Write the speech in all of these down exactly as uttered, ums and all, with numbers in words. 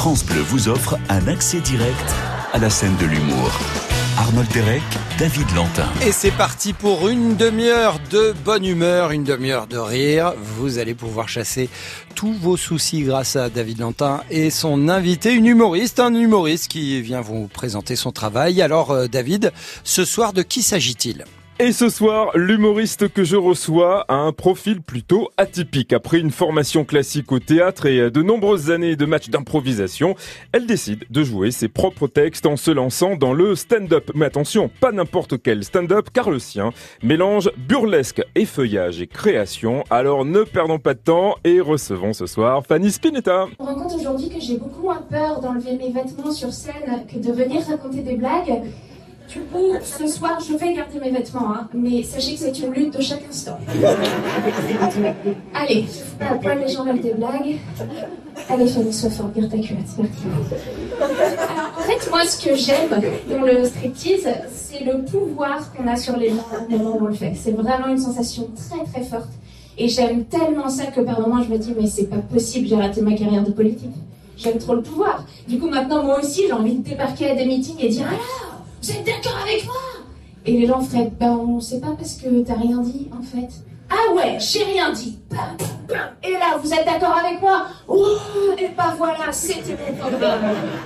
France Bleu vous offre un accès direct à la scène de l'humour. Arnold Derek, David Lantin. Et c'est parti pour une demi-heure de bonne humeur, une demi-heure de rire. Vous allez pouvoir chasser tous vos soucis grâce à David Lantin et son invité, une humoriste, un humoriste qui vient vous présenter son travail. Alors euh, David, ce soir, de qui s'agit-il ? Et ce soir, l'humoriste que je reçois a un profil plutôt atypique. Après une formation classique au théâtre et de nombreuses années de matchs d'improvisation, elle décide de jouer ses propres textes en se lançant dans le stand-up. Mais attention, pas n'importe quel stand-up, car le sien mélange burlesque, effeuillage et création. Alors ne perdons pas de temps et recevons ce soir Fanny Spinetta. Je me rends compte aujourd'hui que j'ai beaucoup moins peur d'enlever mes vêtements sur scène que de venir raconter des blagues. Du coup, ce soir, je vais garder mes vêtements, hein, mais sachez que c'est une lutte de chaque instant. Allez, je fous pas à poil, les gens veulent des blagues. Allez, Fanny, sois forte, garde ta culotte, c'est parti. Alors, en fait, moi, ce que j'aime dans le striptease, c'est le pouvoir qu'on a sur les gens au moment où on le fait. C'est vraiment une sensation très, très forte. Et j'aime tellement ça que par moments, je me dis, mais c'est pas possible, j'ai raté ma carrière de politique. J'aime trop le pouvoir. Du coup, maintenant, moi aussi, j'ai envie de débarquer à des meetings et dire, alors, vous êtes d'accord avec moi? Et les gens feraient, ben on sait pas parce que t'as rien dit en fait. Ah ouais, j'ai rien dit. Et là, vous êtes d'accord avec moi? Oh, et ben voilà, c'était mon programme.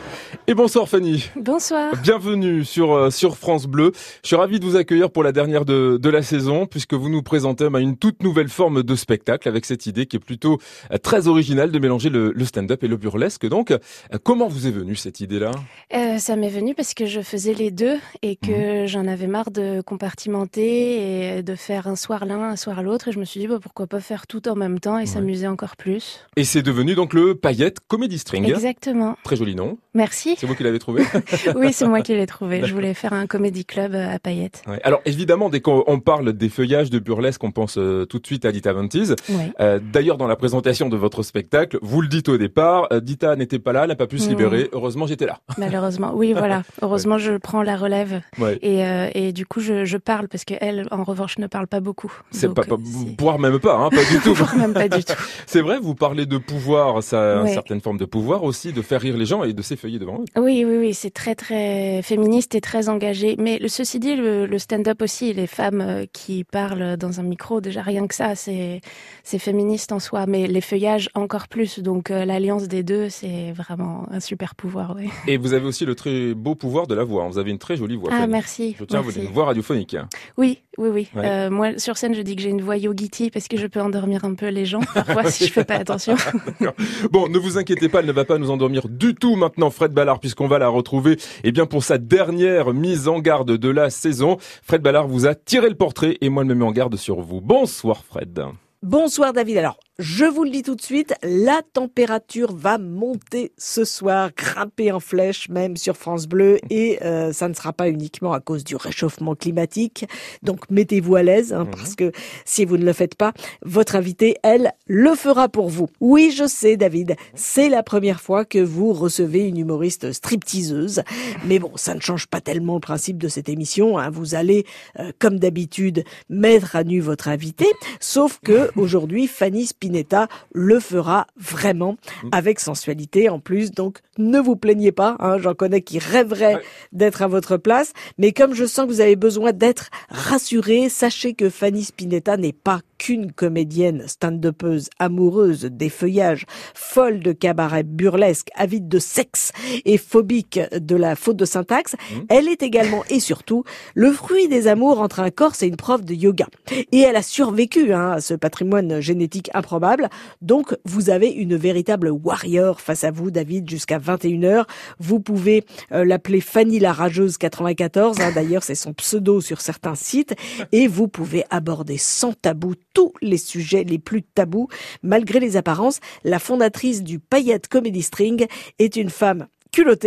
Et bonsoir Fanny. Bonsoir. Bienvenue sur euh, sur France Bleu. Je suis ravi de vous accueillir pour la dernière de de la saison, puisque vous nous présentez bah, une toute nouvelle forme de spectacle avec cette idée qui est plutôt euh, très originale de mélanger le, le stand-up et le burlesque. Donc, euh, comment vous est venue cette idée-là? euh, Ça m'est venu parce que je faisais les deux et que mmh. j'en avais marre de compartimenter et de faire un soir l'un, un soir l'autre. Et je me suis dit bah, pourquoi pas faire tout en même temps et ouais. s'amuser encore plus. Et c'est devenu donc le Paillette Comedy String. Exactement. Très joli nom. Merci. C'est vous qui l'avez trouvé? Oui, c'est moi qui l'ai trouvé. Je voulais faire un comédie club à Paillettes. Ouais. Alors évidemment, dès qu'on parle des feuillages de burlesque, on pense euh, tout de suite à Dita Von Teese. Oui. Euh, d'ailleurs, dans la présentation de votre spectacle, vous le dites au départ, euh, Dita n'était pas là, elle n'a pas pu se libérer. Mmh. Heureusement, j'étais là. Malheureusement, oui, voilà. Heureusement, ouais. je prends la relève. Ouais. Et, euh, et du coup, je, je parle parce qu'elle, en revanche, ne parle pas beaucoup. C'est Donc, pas, pas c'est... pouvoir même pas, hein, pas du tout. Même pas du tout. C'est vrai, vous parlez de pouvoir, ça a ouais. une certaine forme de pouvoir aussi, de faire rire les gens et de s'effeuiller devant eux. Oui, oui, oui, c'est très, très féministe et très engagé. Mais le, ceci dit, le, le stand-up aussi, les femmes qui parlent dans un micro, déjà rien que ça, c'est, c'est féministe en soi. Mais les feuillages, encore plus. Donc euh, l'alliance des deux, c'est vraiment un super pouvoir, oui. Et vous avez aussi le très beau pouvoir de la voix. Vous avez une très jolie voix. Ah, Fanny. merci. Je tiens merci. à vous dire, une voix radiophonique. Oui, oui, oui. Ouais. Euh, moi, sur scène, je dis que j'ai une voix yogiti parce que je peux endormir un peu les gens, parfois, si je fais pas attention. Bon, ne vous inquiétez pas, elle ne va pas nous endormir du tout maintenant, Fred Ballard, puisqu'on va la retrouver, eh bien, pour sa dernière mise en garde de la saison. Fred Ballard vous a tiré le portrait et moi, je me mets en garde sur vous. Bonsoir, Fred. Bonsoir, David. Alors, je vous le dis tout de suite, la température va monter ce soir, grimper en flèche même sur France Bleu et euh, ça ne sera pas uniquement à cause du réchauffement climatique. Donc mettez-vous à l'aise hein, mmh. parce que si vous ne le faites pas, votre invitée, elle, le fera pour vous. Oui, je sais, David, c'est la première fois que vous recevez une humoriste stripteaseuse. Mais bon, ça ne change pas tellement le principe de cette émission. Hein. Vous allez, euh, comme d'habitude, mettre à nu votre invitée. Sauf que aujourd'hui, Fanny Spinetta le fera vraiment avec sensualité en plus. Donc, ne vous plaignez pas. Hein, j'en connais qui rêveraient ouais. d'être à votre place. Mais comme je sens que vous avez besoin d'être rassurés, sachez que Fanny Spinetta n'est pas qu'une comédienne stand-upeuse, amoureuse des feuillages, folle de cabaret burlesque, avide de sexe et phobique de la faute de syntaxe. Mmh. Elle est également et surtout le fruit des amours entre un Corse et une prof de yoga. Et elle a survécu hein, à ce patrimoine génétique improbable. Donc, vous avez une véritable warrior face à vous, David, jusqu'à vingt et une heures. Vous pouvez euh, l'appeler Fanny la Rageuse quatre-vingt-quatorze. Hein, d'ailleurs, c'est son pseudo sur certains sites. Et vous pouvez aborder sans tabou tous les sujets les plus tabous. Malgré les apparences, la fondatrice du Paillette Comedy String est une femme culottée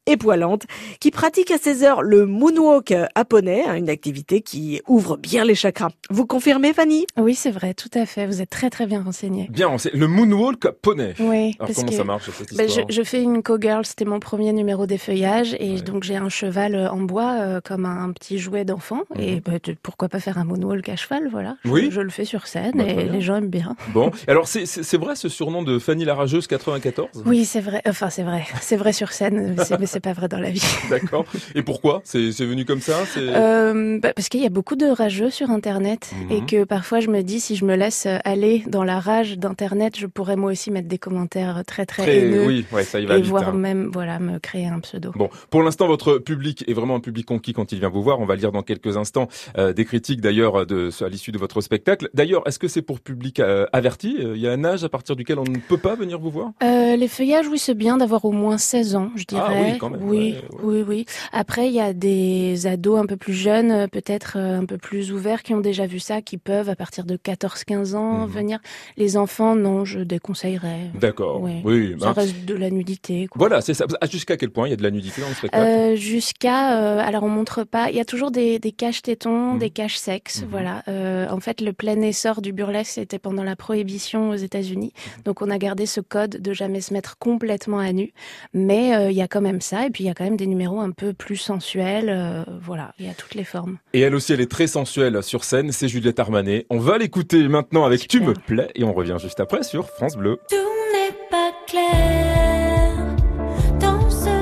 et poilante, qui pratique à ses heures le moonwalk japonais, une activité qui ouvre bien les chakras. Vous confirmez, Fanny ? Oui, c'est vrai, tout à fait. Vous êtes très très bien renseignée. Bien, on sait. Le moonwalk poney. Oui. Alors parce comment que, ça marche cette ben, histoire ? je, je fais une cowgirl, c'était mon premier numéro des feuillages, et Ouais. donc j'ai un cheval en bois euh, comme un, un petit jouet d'enfant. Mhm. Et ben, de- pourquoi pas faire un moonwalk à cheval, voilà. Je, Oui. je le fais sur scène Bah, très et bien. les gens aiment bien. Bon, alors c'est, c'est, c'est vrai ce surnom de Fanny la Rageuse quatre-vingt-quatorze ? Oui, c'est vrai. Enfin, c'est vrai. C'est vrai sur scène, c'est- mais c'est pas vrai dans la vie. D'accord. Et pourquoi ? C'est, c'est venu comme ça ? C'est... Euh, bah, parce qu'il y a beaucoup de rageux sur Internet Mhm. et que parfois je me dis si je me laisse aller dans la rage d'Internet, je pourrais moi aussi mettre des commentaires très très, Très- haineux oui, ouais, ça y va et vite. voire hein. même voilà me créer un pseudo. Bon, pour l'instant, votre public est vraiment un public conquis quand il vient vous voir. On va lire dans quelques instants euh, des critiques d'ailleurs de, à l'issue de votre spectacle. D'ailleurs, est-ce que c'est pour public euh, averti ? Il y a un âge à partir duquel on ne peut pas venir vous voir ? Euh, les feuillages, oui, c'est bien d'avoir au moins seize ans, je dirais. Ah oui, quand même, Oui, ouais, ouais. oui, oui. Après, il y a des ados un peu plus jeunes, euh, peut-être euh, un peu plus ouverts, qui ont déjà vu ça, qui peuvent, à partir de quatorze quinze ans, Mhm. venir. Les enfants, non, je déconseillerais. D'accord. Oui. Oui. Ça ben, reste de la nudité, quoi. voilà, c'est ça. Ah, jusqu'à quel point il y a de la nudité dans le spectacle ? Euh, jusqu'à, euh, alors on montre pas, il y a toujours des, des caches tétons, Mhm. des caches sexes, Mhm. voilà. Euh, en fait, le plein essor du burlesque, c'était pendant la prohibition aux États-Unis, donc on a gardé ce code de jamais se mettre complètement à nu, mais euh, il y a quand même ça, et puis il y a quand même des numéros un peu plus sensuels, euh, voilà, il y a toutes les formes. Et elle aussi, elle est très sensuelle sur scène. C'est Juliette Armanet. On va l'écouter maintenant avec Super. Tu me plais et on revient juste après sur France Bleu. Tout n'est pas clair dans ce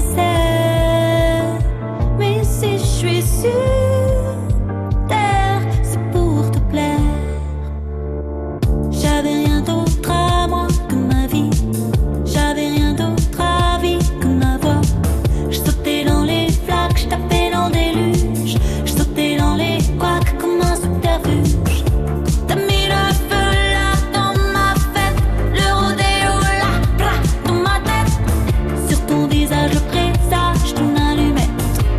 désert, mais si je suis sûre, terre, c'est pour te plaire. J'avais rien d'autre à moi que ma vie, j'avais rien d'autre à vie que ma voix. Je sautais dans les flaques, je tapais dans des luges, je sautais dans les couacs comme un subterfuge. T'as mis le feu là dans ma fête, le rodéo là, bra, dans ma tête. Sur ton visage le présage d'une allumette,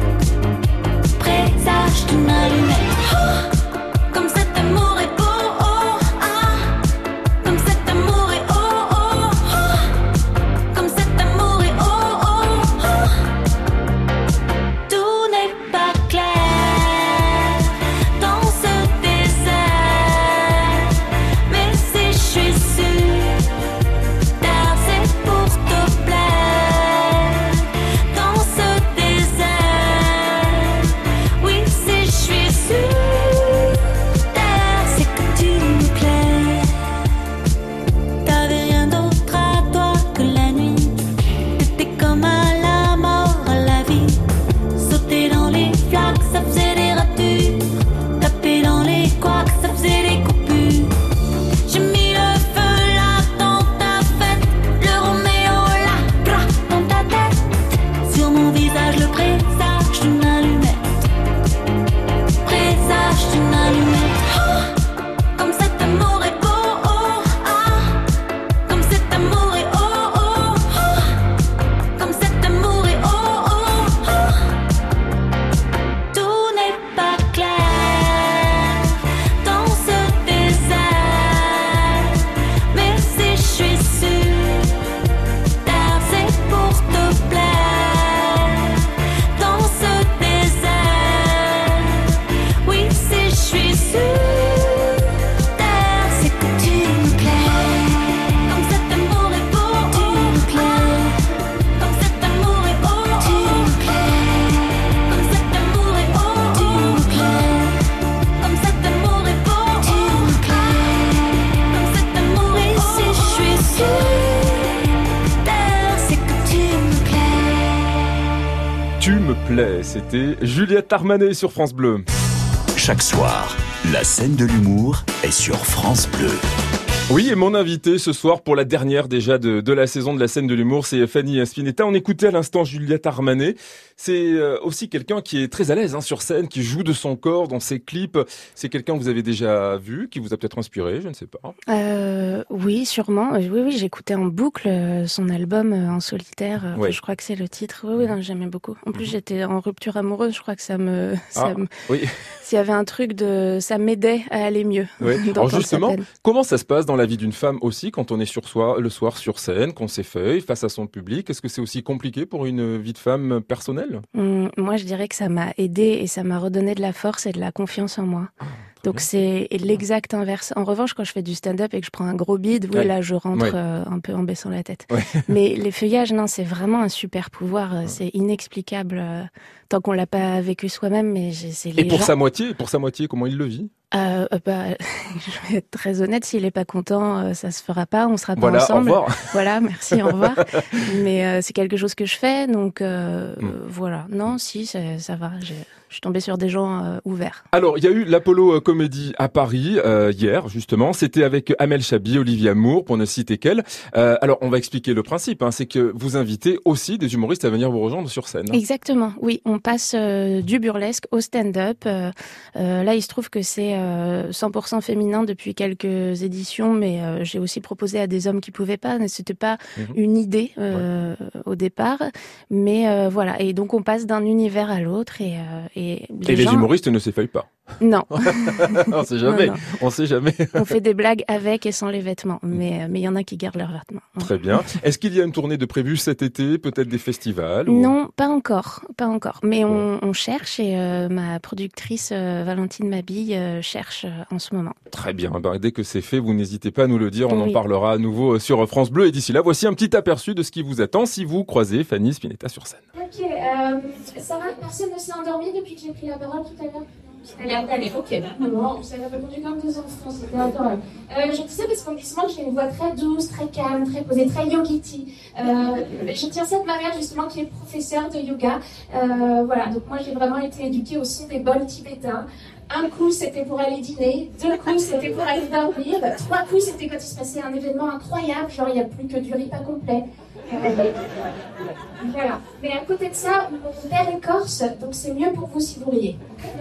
présage d'une allumette. Oh, comme cet amour est beau, oh, ah, comme cet amour est oh, oh, oh, comme cet amour est oh, oh, oh. Tout n'est pas clair dans ce désert, mais si je suis sûre, terre, c'est pour te plaire. Dans ce désert, oui, si je suis sûre, terre, c'est que tu me plais. T'avais rien d'autre à toi que la nuit, t'étais comme à la mort, à la vie. Sauter dans les flaques, ça faisait des ratures, taper dans les couacs, ça faisait des coupures. J'ai mis le feu là dans ta fête, le Roméo là, bra, dans ta tête. Sur mon visage le présage d'une allumette, présage d'une allumette. Oh, comme cet amour est beau, oh, ah, comme cet amour est oh, oh, oh, comme cet amour est oh, oh, oh. Tout n'est pas clair dans ce désert, mais si je suis sûre, terre, c'est pour te plaire. Dans ce désert, oui, si je suis sûre, terre, c'est que tu me plais. Comme cet amour est beau, tu me plais. Comme cet amour est oh, tu me plais. Comme cet amour est oh, tu me plais. Comme cet amour est beau, tu me plais. Comme cet amour est oh, si je suis sûre, terre, c'est que tu me plais. Tu me plais, c'était Juliette Armanet sur France Bleu. Chaque soir, la scène de l'humour est sur France Bleu. Oui, et mon invité ce soir pour la dernière déjà de, de la saison de la scène de l'humour, c'est Fanny Spinetta. On écoutait à l'instant Juliette Armanet. C'est euh, aussi quelqu'un qui est très à l'aise hein, sur scène, qui joue de son corps dans ses clips. C'est quelqu'un que vous avez déjà vu, qui vous a peut-être inspiré, je ne sais pas. Euh, oui, sûrement. Euh, Oui, oui, j'écoutais en boucle euh, son album euh, en solitaire. Euh, Ouais. Je crois que c'est le titre. Oui, oui, non, j'aimais beaucoup. En plus, j'étais en rupture amoureuse. Je crois que ça me, ça Ah, me- oui. s'il y avait un truc de, ça m'aidait à aller mieux. Oui. d'entendre Alors sa justement, peine. comment ça se passe dans la vie d'une femme aussi quand on est sur soi, le soir sur scène, qu'on s'effeuille face à son public. Est-ce que c'est aussi compliqué pour une vie de femme personnelle? Hum, Moi, je dirais que ça m'a aidé et ça m'a redonné de la force et de la confiance en moi. Donc c'est l'exact inverse. En revanche, quand je fais du stand-up et que je prends un gros bide, oui, Ouais. là, je rentre Ouais. euh, un peu en baissant la tête. Ouais. Mais les feuillages, non, c'est vraiment un super pouvoir. euh, C'est inexplicable euh, tant qu'on l'a pas vécu soi-même. Mais j'ai- c'est les Et pour gens. sa moitié, pour sa moitié, comment il le vit? Euh, euh, bah, je vais être très honnête. S'il est pas content, euh, ça se fera pas. On sera pas Voilà, au ensemble. revoir. Voilà, merci, au revoir. Mais euh, c'est quelque chose que je fais, donc euh, Mm. euh, voilà. Non, si, ça, ça va. j'ai- Je suis tombée sur des gens euh, ouverts. Alors, il y a eu l'Apollo euh, Comédie à Paris euh, hier, justement. C'était avec Amel Chabi, Olivia Moore, pour ne citer qu'elle. Euh, alors, on va expliquer le principe. Hein, c'est que vous invitez aussi des humoristes à venir vous rejoindre sur scène. Exactement, oui. On passe euh, du burlesque au stand-up. Euh, euh, là, il se trouve que c'est euh, cent pour cent féminin depuis quelques éditions, mais euh, j'ai aussi proposé à des hommes qui pouvaient pas. C'était pas Mhm. une idée euh, au départ, mais euh, voilà. Et donc, on passe d'un univers à l'autre et, euh, et les Et les gens... humoristes ne s'effeuillent pas. Non. on sait jamais. Non, non. On sait jamais. On fait des blagues avec et sans les vêtements, mais euh, mais il y en a qui gardent leurs vêtements. Très bien. Est-ce qu'il y a une tournée de prévue cet été, peut-être des festivals ou- Non, pas encore, pas encore. Mais on, on cherche et euh, ma productrice euh, Valentine Mabille euh, cherche euh, en ce moment. Très bien. Ben, dès que c'est fait, vous n'hésitez pas à nous le dire. On en Oui. parlera à nouveau euh, sur France Bleu. Et d'ici là, voici un petit aperçu de ce qui vous attend si vous croisez Fanny Spinetta sur scène. Ok, euh, ça va, personne ne s'est endormi depuis que j'ai pris la parole tout à l'heure? Ça a l'air d'aller, ok. Bon, vous avez répondu comme des enfants, c'était adorable. Euh, je disais parce qu'on me dit souvent que j'ai une voix très douce, très calme, très posée, très yogiti. Euh, je tiens ça de ma mère justement qui est professeure de yoga. Euh, voilà, donc moi j'ai vraiment été éduquée au son des bols tibétains. Un coup c'était pour aller dîner, deux coups c'était pour aller dormir, trois coups c'était quand il se passait un événement incroyable, genre il n'y a plus que du repas complet. Euh, Voilà. Mais à côté de ça, mon père est corse, donc c'est mieux pour vous si vous riez.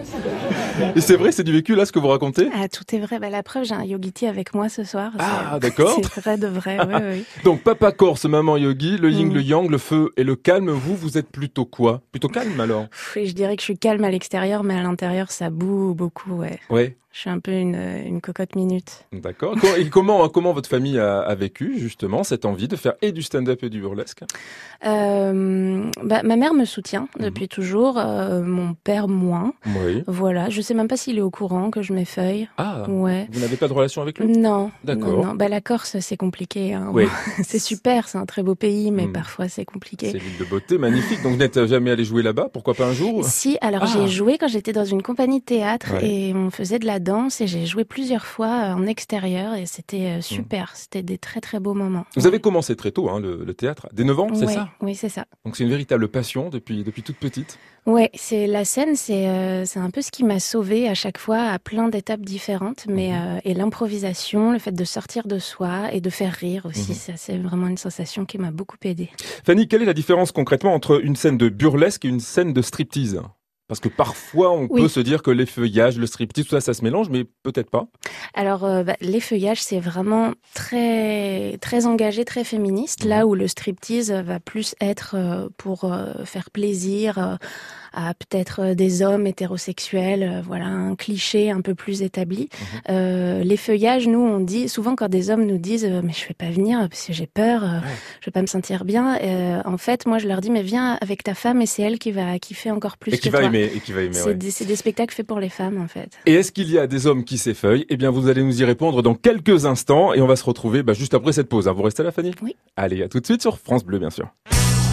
Et c'est vrai, c'est du vécu là ce que vous racontez? Ah, tout est vrai. Bah, la preuve, j'ai un yogiti avec moi ce soir. Ah, C'est- d'accord. C'est vrai de vrai, oui, oui. Donc papa corse, maman yogi, le yin, Mm. le yang, le feu et le calme. Vous, vous êtes plutôt quoi? Plutôt calme alors? Pff, et je dirais que je suis calme à l'extérieur, mais à l'intérieur, ça boue beaucoup, ouais. Ouais. Je suis un peu une, une cocotte minute. D'accord. Co- Et comment, comment votre famille a, a vécu justement cette envie de faire et du stand-up et du burlesque? Euh, bah, ma mère me soutient depuis toujours, euh, mon père moins. Oui. Voilà, je sais même pas s'il est au courant que je m'effeuille. Ah. Ouais. Vous n'avez pas de relation avec lui? Non, D'accord. non, non. Bah, la Corse, c'est compliqué. Hein. Oui. C'est super, c'est un très beau pays, mais Mm. parfois c'est compliqué. C'est l'île de beauté, magnifique. Donc vous n'êtes jamais allé jouer là-bas? Pourquoi pas un jour? Si, alors Ah. j'ai joué quand j'étais dans une compagnie de théâtre Ouais. et on faisait de la danse et j'ai joué plusieurs fois en extérieur et c'était Mm. euh, super. C'était des très très beaux moments. Vous avez commencé très tôt, hein, le, le théâtre, dès neuf ans, c'est Ouais, ça? Oui, c'est ça. Donc c'est une véritable passion depuis, depuis toute petite. Ouais, c'est la scène, c'est euh, c'est un peu ce qui m'a sauvée à chaque fois à plein d'étapes différentes, mais Mhm. euh, et l'improvisation, le fait de sortir de soi et de faire rire aussi, Mhm. ça c'est vraiment une sensation qui m'a beaucoup aidée. Fanny, quelle est la différence concrètement entre une scène de burlesque et une scène de striptease? Parce que parfois, on Oui. peut se dire que les feuillages, le striptease, tout ça, ça se mélange, mais peut-être pas. Alors, euh, bah, les feuillages, c'est vraiment très très engagé, très féministe, là où le striptease va plus être euh, pour euh, faire plaisir euh, à peut-être euh, des hommes hétérosexuels, euh, voilà, un cliché un peu plus établi. Mhm. Euh, les feuillages, nous, on dit souvent quand des hommes nous disent euh, mais je vais pas venir parce que j'ai peur, euh, Ouais. je vais pas me sentir bien. Euh, en fait, moi, je leur dis mais viens avec ta femme et c'est elle qui va kiffer encore plus Et qui que va toi. aimer, et qui va aimer, C'est ouais. des, c'est des spectacles faits pour les femmes, en fait. Et est-ce qu'il y a des hommes qui s'effeuillent? Eh bien, vous allez nous y répondre dans quelques instants et on va se retrouver bah, juste après cette pause. Hein. Vous restez là, Fanny? Oui. Allez, à tout de suite sur France Bleu, bien sûr.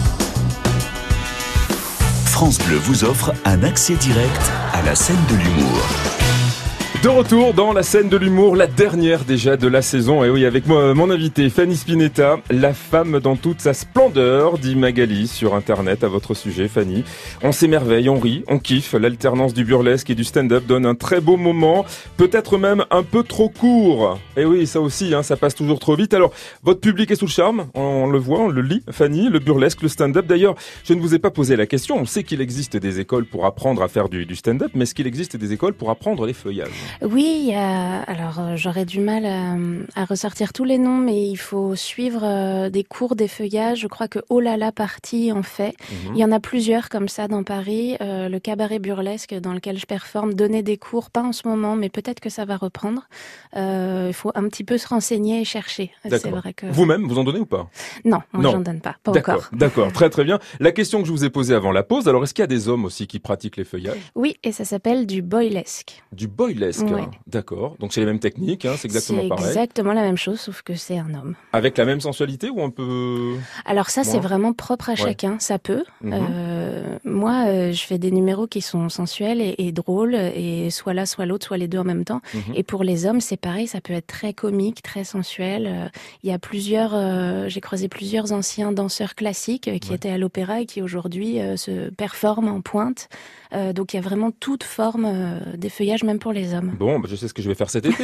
France Bleu vous offre un accès direct à la scène de l'humour. De retour dans la scène de l'humour, la dernière déjà de la saison. Et oui, avec moi, mon invité Fanny Spinetta, la femme dans toute sa splendeur, dit Magali sur Internet à votre sujet, Fanny. On s'émerveille, on rit, on kiffe. L'alternance du burlesque et du stand-up donne un très beau moment, peut-être même un peu trop court. Et oui, ça aussi, hein, ça passe toujours trop vite. Alors, votre public est sous le charme, on le voit, on le lit, Fanny, le burlesque, le stand-up. D'ailleurs, je ne vous ai pas posé la question. On sait qu'il existe des écoles pour apprendre à faire du, du stand-up, mais est-ce qu'il existe des écoles pour apprendre les feuillages? Oui, il y a... alors euh, j'aurais du mal à, à ressortir tous les noms, mais il faut suivre euh, des cours d'effeuillage. Je crois que Oh là là Party en fait. Mhm. Il y en a plusieurs comme ça dans Paris. Euh, le cabaret burlesque dans lequel je performe donnait des cours, pas en ce moment, mais peut-être que ça va reprendre. Euh, il faut un petit peu se renseigner et chercher. C'est D'accord. vrai que... Vous-même, vous en donnez ou pas? Non, moi Non. j'en donne pas, pas D'accord, encore. d'accord, très très bien. La question que je vous ai posée avant la pause, alors est-ce qu'il y a des hommes aussi qui pratiquent l'effeuillage? Oui, et ça s'appelle du boylesque. Du boylesque, Ouais. hein. D'accord. Donc c'est les mêmes techniques, hein, c'est exactement C'est pareil. exactement la même chose, sauf que c'est un homme. Avec la même sensualité ou un peu... Alors ça, c'est Moi. vraiment propre à Ouais. chacun, ça peut. Mhm. Euh, moi, euh, je fais des numéros qui sont sensuels et, et drôles, et soit l'un, soit l'autre, soit les deux en même temps. Mhm. Et pour les hommes, c'est pareil, ça peut être très comique, très sensuel. Euh, Il y a plusieurs, euh, j'ai croisé plusieurs anciens danseurs classiques euh, qui Ouais. étaient à l'opéra et qui aujourd'hui euh, se performent en pointe. Euh, donc il y a vraiment toute forme euh, d'effeuillage, même pour les hommes. Bon, bah, je sais ce que je vais faire cet été.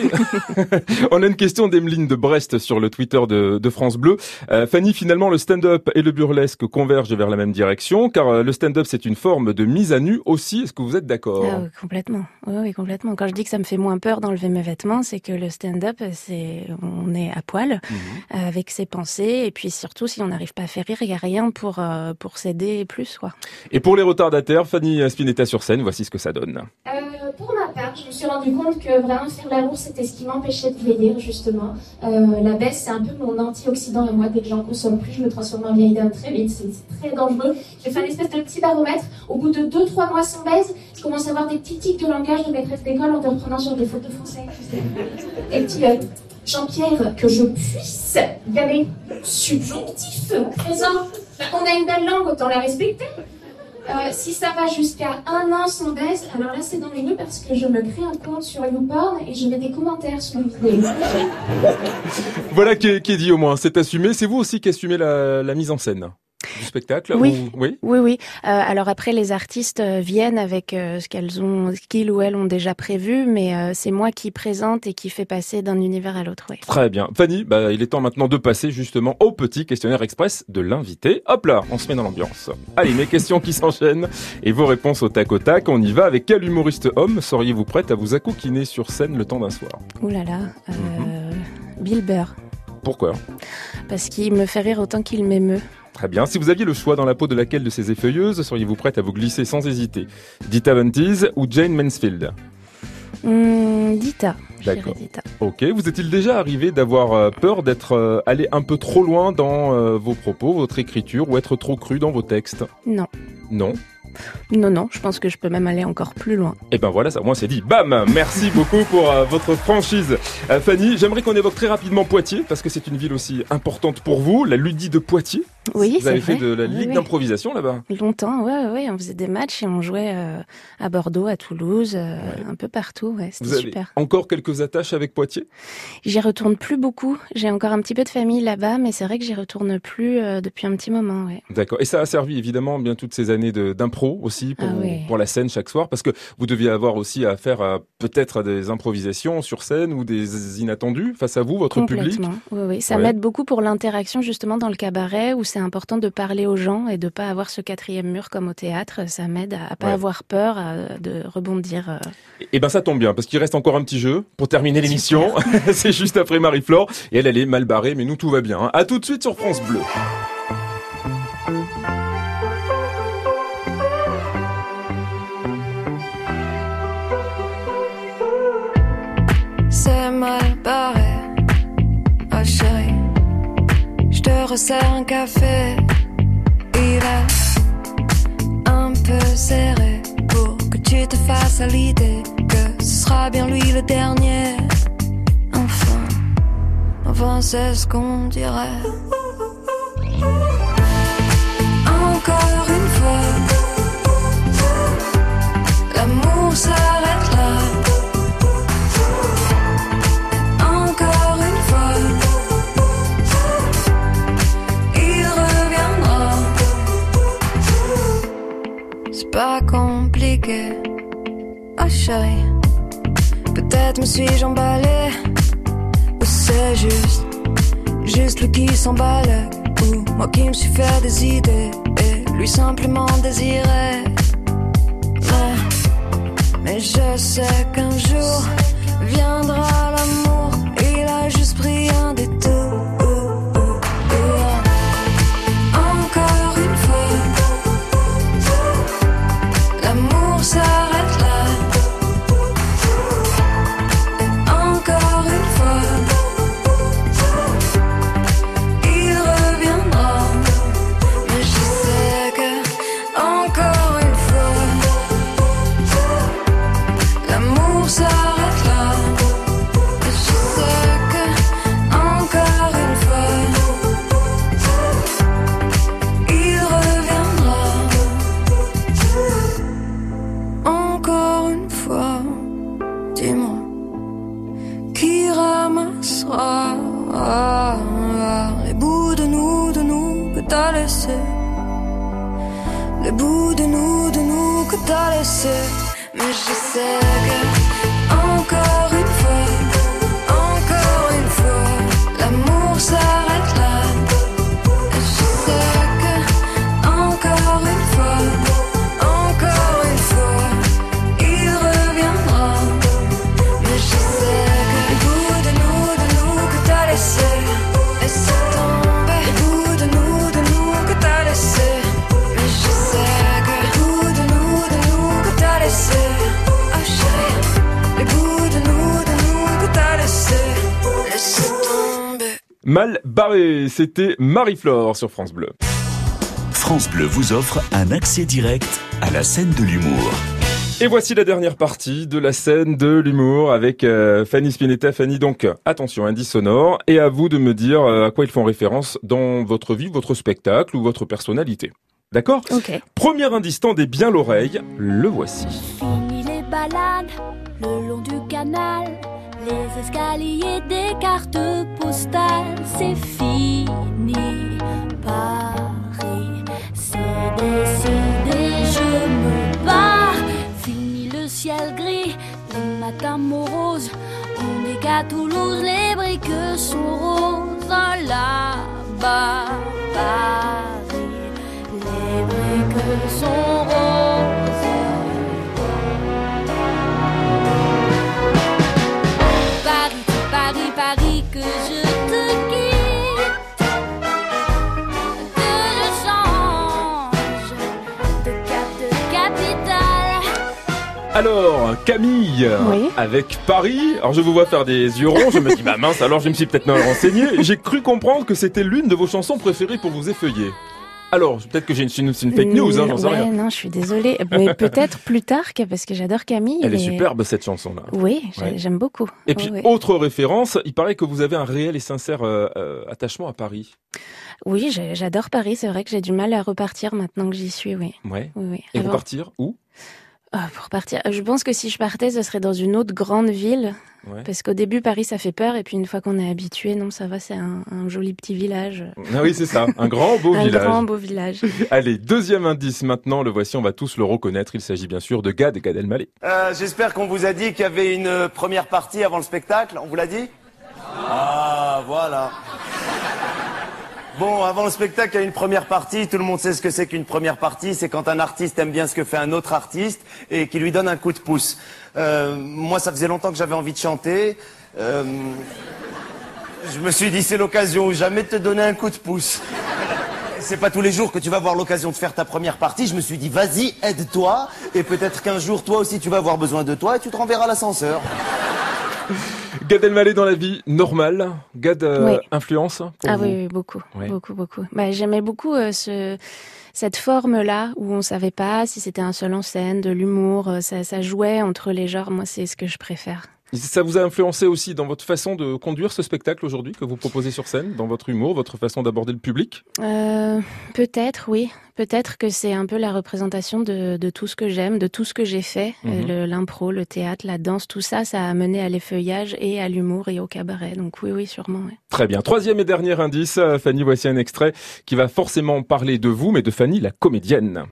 On a une question d'Emeline de Brest sur le Twitter de, de France Bleu. Euh, Fanny, finalement, le stand-up et le burlesque convergent vers la même direction, car euh, le stand-up, c'est une forme de mise à nu aussi. Est-ce que vous êtes d'accord? Ah oui, complètement. Oui, oui, complètement. Quand je dis que ça me fait moins peur d'enlever mes vêtements, c'est que le stand-up, c'est, on est à poil, Mhm. euh, avec ses pensées, et puis surtout, si on n'arrive pas à faire rire, il n'y a rien pour, euh, pour s'aider plus, quoi. Et pour les retardataires, Fanny Spinetta sur scène, voici ce que ça donne. Euh, pour ma part, je me suis rendu compte que vraiment faire l'amour, c'était ce qui m'empêchait de vieillir, justement. Euh, la baisse, c'est un peu mon antioxydant et moi, dès que j'en consomme plus, je me transforme en vieille dame très vite. C'est, c'est très dangereux. J'ai fait un espèce de petit baromètre. Au bout de deux trois mois sans baisse, je commence à avoir des petits tics de langage de maîtresse d'école en te reprenant sur des fautes de français. Tu sais. Des petits euh, Jean-Pierre, que je puisse. Il y a des subjonctifs présents. Ben, on a une belle langue, autant la respecter. Euh, si ça va jusqu'à un an sans baisse, alors là c'est dans les nœuds parce que je me crée un compte sur YouPorn et je mets des commentaires sur les vidéos. Voilà qui est, qui est dit au moins, c'est assumé. C'est vous aussi qui assumez la, la mise en scène du spectacle? Oui. ou... oui. Oui, oui. Euh, alors après, les artistes euh, viennent avec euh, ce qu'elles ont, ce qu'ils ou elles ont déjà prévu, mais euh, c'est moi qui présente et qui fait passer d'un univers à l'autre, oui. Très bien. Fanny, bah, il est temps maintenant de passer justement au petit questionnaire express de l'invité. Hop là, on se met dans l'ambiance. Allez, mes questions qui s'enchaînent et vos réponses au tac au tac. On y va. Avec quel humoriste homme seriez-vous prête à vous accoquiner sur scène le temps d'un soir? Ouh là là. Euh, Mhm. Bill Burr. Pourquoi? Parce qu'il me fait rire autant qu'il m'émeut. Très bien. Si vous aviez le choix dans la peau de laquelle de ces effeuilleuses, seriez-vous prête à vous glisser sans hésiter? Dita Von Teese ou Jane Mansfield? Hum, Dita. Je dirais D'accord. Dita. Ok. Vous est-il déjà arrivé d'avoir euh, peur d'être euh, allé un peu trop loin dans euh, vos propos, votre écriture, ou être trop cru dans vos textes? Non. Non. Non, non, je pense que je peux même aller encore plus loin. Et ben voilà, ça, moi c'est dit. Bam! Merci beaucoup pour euh, votre franchise. Euh, Fanny, j'aimerais qu'on évoque très rapidement Poitiers, parce que c'est une ville aussi importante pour vous, la Ludie de Poitiers. Oui, Vous c'est avez vrai. fait de la Oui, ligue oui. d'improvisation là-bas. Longtemps, ouais, ouais, on faisait des matchs et on jouait euh, à Bordeaux, à Toulouse, euh, Ouais. un peu partout, ouais, Vous c'était avez super. encore quelques attaches avec Poitiers? J'y retourne plus beaucoup, j'ai encore un petit peu de famille là-bas, mais c'est vrai que j'y retourne plus euh, depuis un petit moment, ouais. D'accord. Et ça a servi évidemment bien toutes ces années de- d'impro aussi pour, Ah ouais. pour la scène chaque soir, parce que vous deviez avoir aussi à faire euh, peut-être à des improvisations sur scène ou des inattendus face à vous, votre public. Complètement, oui, oui. Ça Ouais. m'aide beaucoup pour l'interaction justement dans le cabaret où c'est important de parler aux gens et de pas avoir ce quatrième mur comme au théâtre. Ça m'aide à, à pas Ouais. avoir peur, à- de rebondir. euh. Et ben ça tombe bien, parce qu'il reste encore un petit jeu pour terminer l'émission. C'est juste après Marie-Flore, et elle, elle est mal barrée, mais nous tout va bien. Hein. À tout de suite sur France Bleu. C'est mal barré, oh chérie. Je te resserre un café. Il est un peu serré pour que tu te fasses à l'idée que ce sera bien lui le dernier. Enfin, enfin c'est ce qu'on dirait. Encore une fois, l'amour s'arrête là. Encore une fois, il reviendra. C'est pas compliqué, oh chérie. Peut-être me suis-je emballé, ou c'est juste, juste lui qui s'emballe, ou moi qui me suis fait des idées, et lui simplement désiré. Mais, mais je sais qu'un jour, reviendra l'amour, il a juste pris un détour. Encore une fois, l'amour s'arrête là. Encore une fois, il reviendra. Mais je sais que, encore une fois, l'amour s'arrête là. Et je sais que, encore une fois, il reviendra. Encore une fois, dis-moi, qui ramassera les bouts de nous, de nous que t'as laissé, les bouts de nous, de nous que t'as laissé. Mais je sais que, encore une fois, encore une fois, l'amour s'arrête là. Et je sais que, encore une fois, encore une fois, il reviendra. Mais je sais que, les bouts de nous, de nous que t'as laissé, laisse tomber, les bouts de nous, de nous que t'as laissé. Mais je sais que, les bouts de nous, de nous que t'as laissé. Oh chérie, les bouts de nous, de nous que t'as laissé, laisse tomber. Mal barré, c'était Marie-Flore sur France Bleu. France Bleu vous offre un accès direct à la scène de l'humour. Et voici la dernière partie de la scène de l'humour avec euh, Fanny Spinetta. Fanny, donc, attention, indice sonore, et à vous de me dire euh, à quoi ils font référence dans votre vie, votre spectacle ou votre personnalité. D'accord ? Ok. Premier indice, tendez bien l'oreille, le voici. Fini les balades le long du canal, les escaliers des cartes postales. C'est fini Paris, c'est décidé, je me barre. Fini le ciel gris, les matins moroses. On dit qu'à Toulouse les briques sont roses. Là-bas, Paris, les briques sont roses. Paris, Paris, Paris, que je te quitte, que je change de cap de capitale. Alors, Camille, Oui. avec Paris. Alors, je vous vois faire des yeux ronds. Je me dis, bah mince, alors je me suis peut-être mal renseigné. J'ai cru comprendre que c'était l'une de vos chansons préférées pour vous effeuiller. Alors, peut-être que j'ai une, c'est une, c'est une fake news, hein, j'en sais ouais, rien. non, je suis désolée. Mais peut-être plus tard, parce que j'adore Camille. Elle est mais- superbe, cette chanson-là. Oui, j'ai- Ouais. j'aime beaucoup. Et puis, Ouais, ouais. autre référence, il paraît que vous avez un réel et sincère euh, euh, attachement à Paris. Oui, j'ai- j'adore Paris. C'est vrai que j'ai du mal à repartir maintenant que j'y suis, oui. Ouais. Oui, oui. Et Avant- repartir où? Ah, pour partir, je pense que si je partais, ce serait dans une autre grande ville. Ouais. Parce qu'au début, Paris, ça fait peur. Et puis une fois qu'on est habitué, non, ça va, c'est un, un joli petit village. Ah oui, c'est ça, un grand beau un village. grand beau village. Allez, deuxième indice maintenant, le voici, on va tous le reconnaître. Il s'agit bien sûr de Gad et Gad Elmaleh. Euh, J'espère qu'on vous a dit qu'il y avait une euh, première partie avant le spectacle. On vous l'a dit? Ah, voilà. Bon, avant le spectacle, il y a une première partie. Tout le monde sait ce que c'est qu'une première partie. C'est quand un artiste aime bien ce que fait un autre artiste et qui lui donne un coup de pouce. Euh, moi, ça faisait longtemps que j'avais envie de chanter. Euh, je me suis dit, c'est l'occasion ou jamais de te donner un coup de pouce. C'est pas tous les jours que tu vas avoir l'occasion de faire ta première partie. Je me suis dit, vas-y, aide-toi. Et peut-être qu'un jour, toi aussi, tu vas avoir besoin de toi et tu te renverras l'ascenseur. Gad Elmaleh dans la vie normale. Gad euh, Oui. influence pour Ah vous. oui, oui, beaucoup, Ouais. beaucoup, beaucoup. Bah, j'aimais beaucoup euh, ce, cette forme-là où on savait pas si c'était un seul en scène, de l'humour, euh, ça, ça jouait entre les genres. Moi, c'est ce que je préfère. Ça vous a influencé aussi dans votre façon de conduire ce spectacle aujourd'hui que vous proposez sur scène, dans votre humour, votre façon d'aborder le public? Euh, peut-être, oui. Peut-être que c'est un peu la représentation de, de tout ce que j'aime, de tout ce que j'ai fait. Mhm. Euh, le- l'impro, le théâtre, la danse, tout ça, ça a mené à l'effeuillage et à l'humour et au cabaret. Donc oui, oui, sûrement. Ouais. Très bien. Troisième et dernier indice, euh, Fanny, voici un extrait qui va forcément parler de vous, mais de Fanny, la comédienne.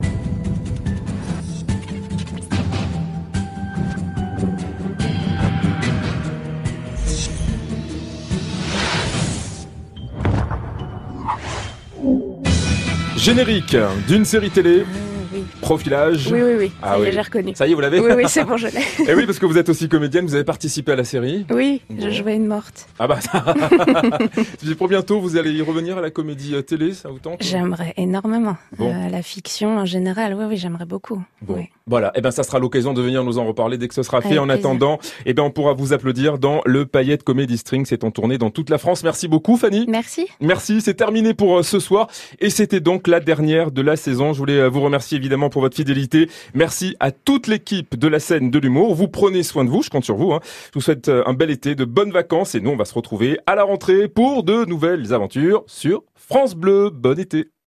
Générique d'une série télé oui. Profilage. Oui, oui, oui. Ah ça y est, oui. j'ai reconnu. Ça y est, vous l'avez? Oui, oui, c'est bon, je l'ai. Et oui, parce que vous êtes aussi comédienne, vous avez participé à la série. Oui, Bon. je jouais une morte. Ah bah ça. C'est pour bientôt, vous allez y revenir à la comédie euh, télé, ça vous tente? J'aimerais énormément. Bon. Euh, la fiction en général, oui, oui, j'aimerais beaucoup. Bon, Oui. voilà. Eh ben, ça sera l'occasion de venir nous en reparler dès que ce sera fait. Avec En plaisir. attendant, eh ben, on pourra vous applaudir dans le Paillette Comedy String. C'est en tournée dans toute la France. Merci beaucoup, Fanny. Merci. Merci. C'est terminé pour euh, ce soir. Et c'était donc la dernière de la saison. Je voulais euh, vous remercier évidemment pour votre fidélité. Merci à toute l'équipe de la scène de l'humour. Vous prenez soin de vous. Je compte sur vous, hein. Je vous souhaite euh, un bel été, de bonnes vacances. Et nous, on va se retrouver à la rentrée pour de nouvelles aventures sur France Bleu. Bon été.